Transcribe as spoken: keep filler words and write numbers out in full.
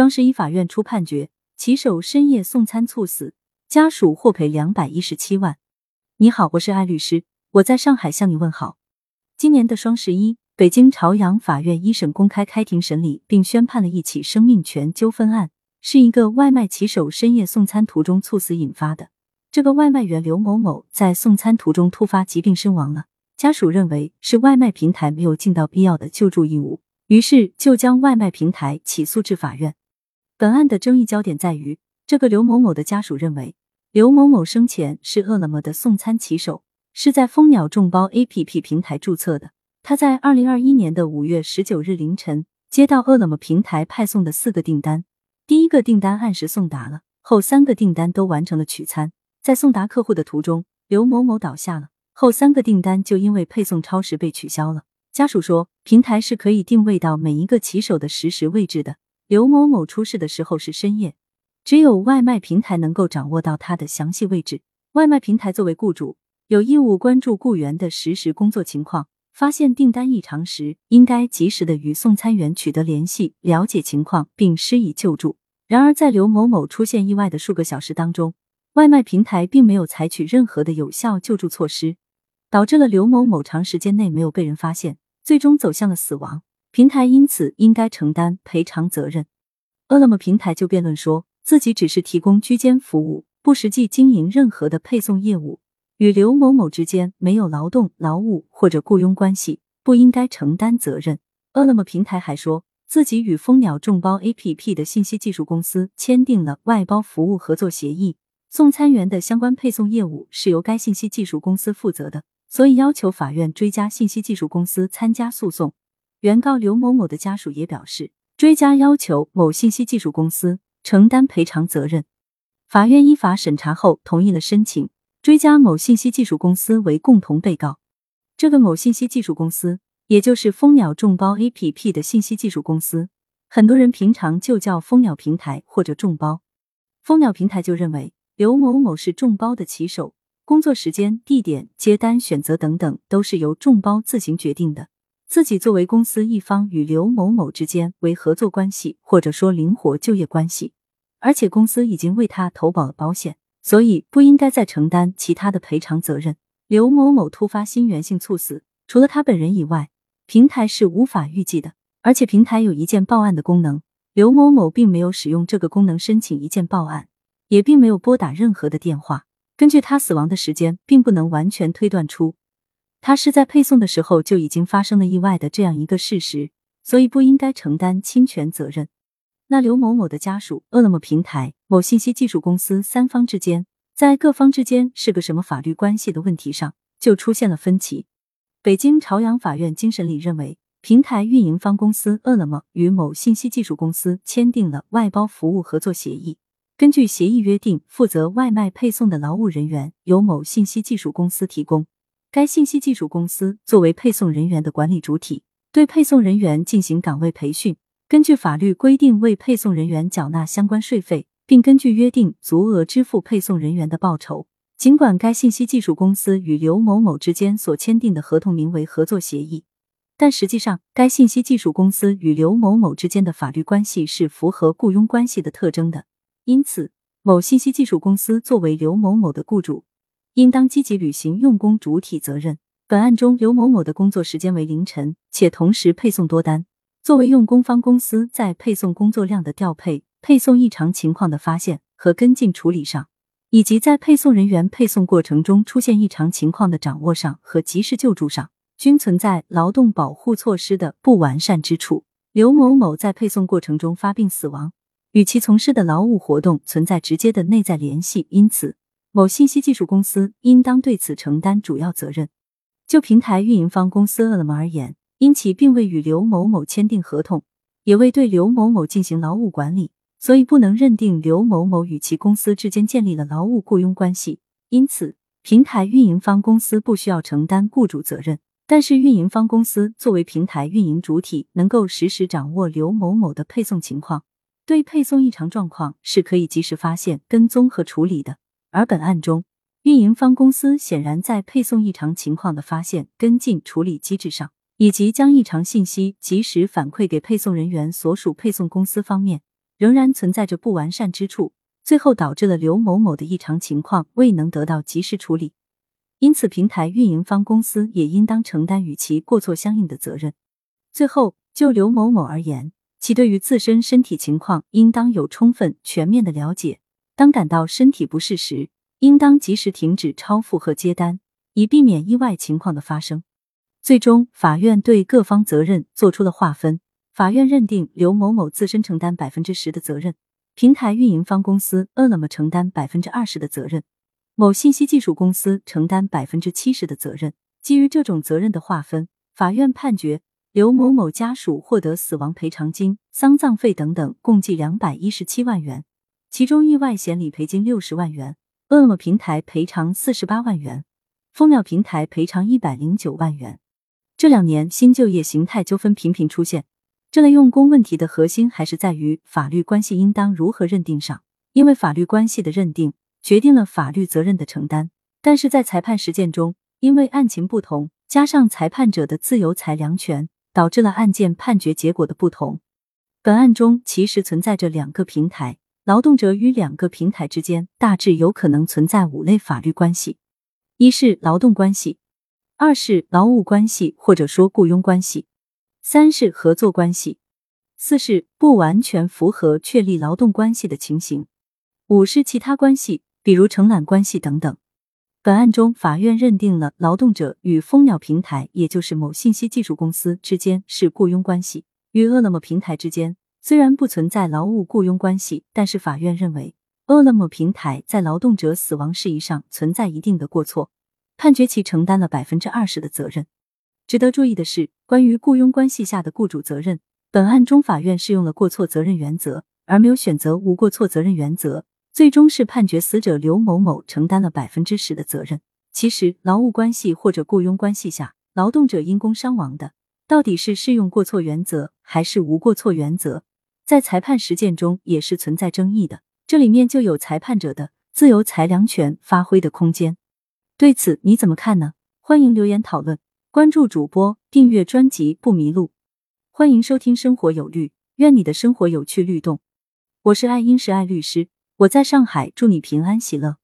双十一法院出判决，骑手深夜送餐猝死，家属获赔两百一十七万。你好，我是艾律师，我在上海向你问好。今年的双十一，北京朝阳法院一审公开开庭审理并宣判了一起生命权纠纷案，是一个外卖骑手深夜送餐途中猝死引发的。这个外卖员刘某某在送餐途中突发疾病身亡了，家属认为是外卖平台没有尽到必要的救助义务，于是就将外卖平台起诉至法院。本案的争议焦点在于，这个刘某某的家属认为，刘某某生前是饿了么的送餐骑手，是在蜂鸟众包 A P P 平台注册的。他在二零二一年的五月十九日凌晨接到饿了么平台派送的四个订单，第一个订单按时送达了，后三个订单都完成了取餐。在送达客户的途中，刘某某倒下了，后三个订单就因为配送超时被取消了。家属说，平台是可以定位到每一个骑手的实时位置的。刘某某出事的时候是深夜，只有外卖平台能够掌握到他的详细位置。外卖平台作为雇主，有义务关注雇员的实时工作情况，发现订单异常时，应该及时的与送餐员取得联系，了解情况并施以救助。然而在刘某某出现意外的数个小时当中，外卖平台并没有采取任何的有效救助措施，导致了刘某某长时间内没有被人发现，最终走向了死亡。平台因此应该承担赔偿责任。饿了么平台就辩论说，自己只是提供居间服务，不实际经营任何的配送业务，与刘某某之间没有劳动、劳务或者雇佣关系，不应该承担责任。饿了么平台还说，自己与蜂鸟众包 A P P 的信息技术公司签订了外包服务合作协议，送餐员的相关配送业务是由该信息技术公司负责的，所以要求法院追加信息技术公司参加诉讼。原告刘某某的家属也表示，追加要求某信息技术公司承担赔偿责任。法院依法审查后同意了申请，追加某信息技术公司为共同被告。这个某信息技术公司，也就是蜂鸟众包 A P P 的信息技术公司，很多人平常就叫蜂鸟平台或者众包。蜂鸟平台就认为，刘某某是众包的骑手，工作时间、地点、接单选择等等都是由众包自行决定的。自己作为公司一方与刘某某之间为合作关系，或者说灵活就业关系，而且公司已经为他投保了保险，所以不应该再承担其他的赔偿责任。刘某某突发心源性猝死，除了他本人以外，平台是无法预计的，而且平台有一键报案的功能，刘某某并没有使用这个功能申请一键报案，也并没有拨打任何的电话。根据他死亡的时间，并不能完全推断出他是在配送的时候就已经发生了意外的这样一个事实，所以不应该承担侵权责任。那刘某某的家属、饿了么平台、某信息技术公司三方之间，在各方之间是个什么法律关系的问题上，就出现了分歧。北京朝阳法院经审理认为，平台运营方公司饿了么与某信息技术公司签订了外包服务合作协议，根据协议约定，负责外卖配送的劳务人员由某信息技术公司提供。该信息技术公司作为配送人员的管理主体，对配送人员进行岗位培训，根据法律规定为配送人员缴纳相关税费，并根据约定足额支付配送人员的报酬。尽管该信息技术公司与刘某某之间所签订的合同名为合作协议，但实际上该信息技术公司与刘某某之间的法律关系是符合雇佣关系的特征的。因此，某信息技术公司作为刘某某的雇主，应当积极履行用工主体责任。本案中，刘某某的工作时间为凌晨，且同时配送多单。作为用工方公司，在配送工作量的调配、配送异常情况的发现和跟进处理上，以及在配送人员配送过程中出现异常情况的掌握上和及时救助上，均存在劳动保护措施的不完善之处。刘某某在配送过程中发病死亡，与其从事的劳务活动存在直接的内在联系，因此某信息技术公司应当对此承担主要责任。就平台运营方公司饿了么而言，因其并未与刘某某签订合同，也未对刘某某进行劳务管理，所以不能认定刘某某与其公司之间建立了劳务雇佣关系。因此，平台运营方公司不需要承担雇主责任。但是运营方公司作为平台运营主体，能够实时掌握刘某某的配送情况，对配送异常状况是可以及时发现、跟踪和处理的。而本案中，运营方公司显然在配送异常情况的发现、跟进、处理机制上，以及将异常信息及时反馈给配送人员所属配送公司方面， 仍然存在着不完善之处，最后导致了刘某某的异常情况未能得到及时处理。因此，平台运营方公司也应当承担与其过错相应的责任。最后，就刘某某而言，其对于自身身体情况应当有充分全面的了解，当感到身体不适时，应当及时停止超负荷接单，以避免意外情况的发生。最终，法院对各方责任作出了划分。法院认定刘某某自身承担 百分之十 的责任，平台运营方公司饿了么承担 百分之二十 的责任，某信息技术公司承担 百分之七十 的责任。基于这种责任的划分，法院判决刘某某家属获得死亡赔偿金、丧葬费等等共计两百一十七万元，其中意外险理赔金六十万元，饿了么平台赔偿四十八万元，蜂鸟平台赔偿一百零九万元。这两年新就业形态纠纷频频出现，这类用工问题的核心还是在于法律关系应当如何认定上，因为法律关系的认定决定了法律责任的承担。但是在裁判实践中，因为案情不同，加上裁判者的自由裁量权，导致了案件判决结果的不同。本案中其实存在着两个平台，劳动者与两个平台之间大致有可能存在五类法律关系：一是劳动关系，二是劳务关系或者说雇佣关系，三是合作关系，四是不完全符合确立劳动关系的情形，五是其他关系，比如承揽关系等等。本案中，法院认定了劳动者与蜂鸟平台，也就是某信息技术公司之间是雇佣关系，与饿了么平台之间虽然不存在劳务雇佣关系，但是法院认为饿了么平台在劳动者死亡事宜上存在一定的过错，判决其承担了 百分之二十 的责任。值得注意的是，关于雇佣关系下的雇主责任，本案中法院适用了过错责任原则，而没有选择无过错责任原则，最终是判决死者刘某某承担了 百分之十 的责任。其实，劳务关系或者雇佣关系下，劳动者因工伤亡的，到底是适用过错原则还是无过错原则，在裁判实践中也是存在争议的，这里面就有裁判者的自由裁量权发挥的空间。对此你怎么看呢？欢迎留言讨论，关注主播，订阅专辑不迷路。欢迎收听生活有律，愿你的生活有趣律动。我是爱英石爱律师，我在上海，祝你平安喜乐。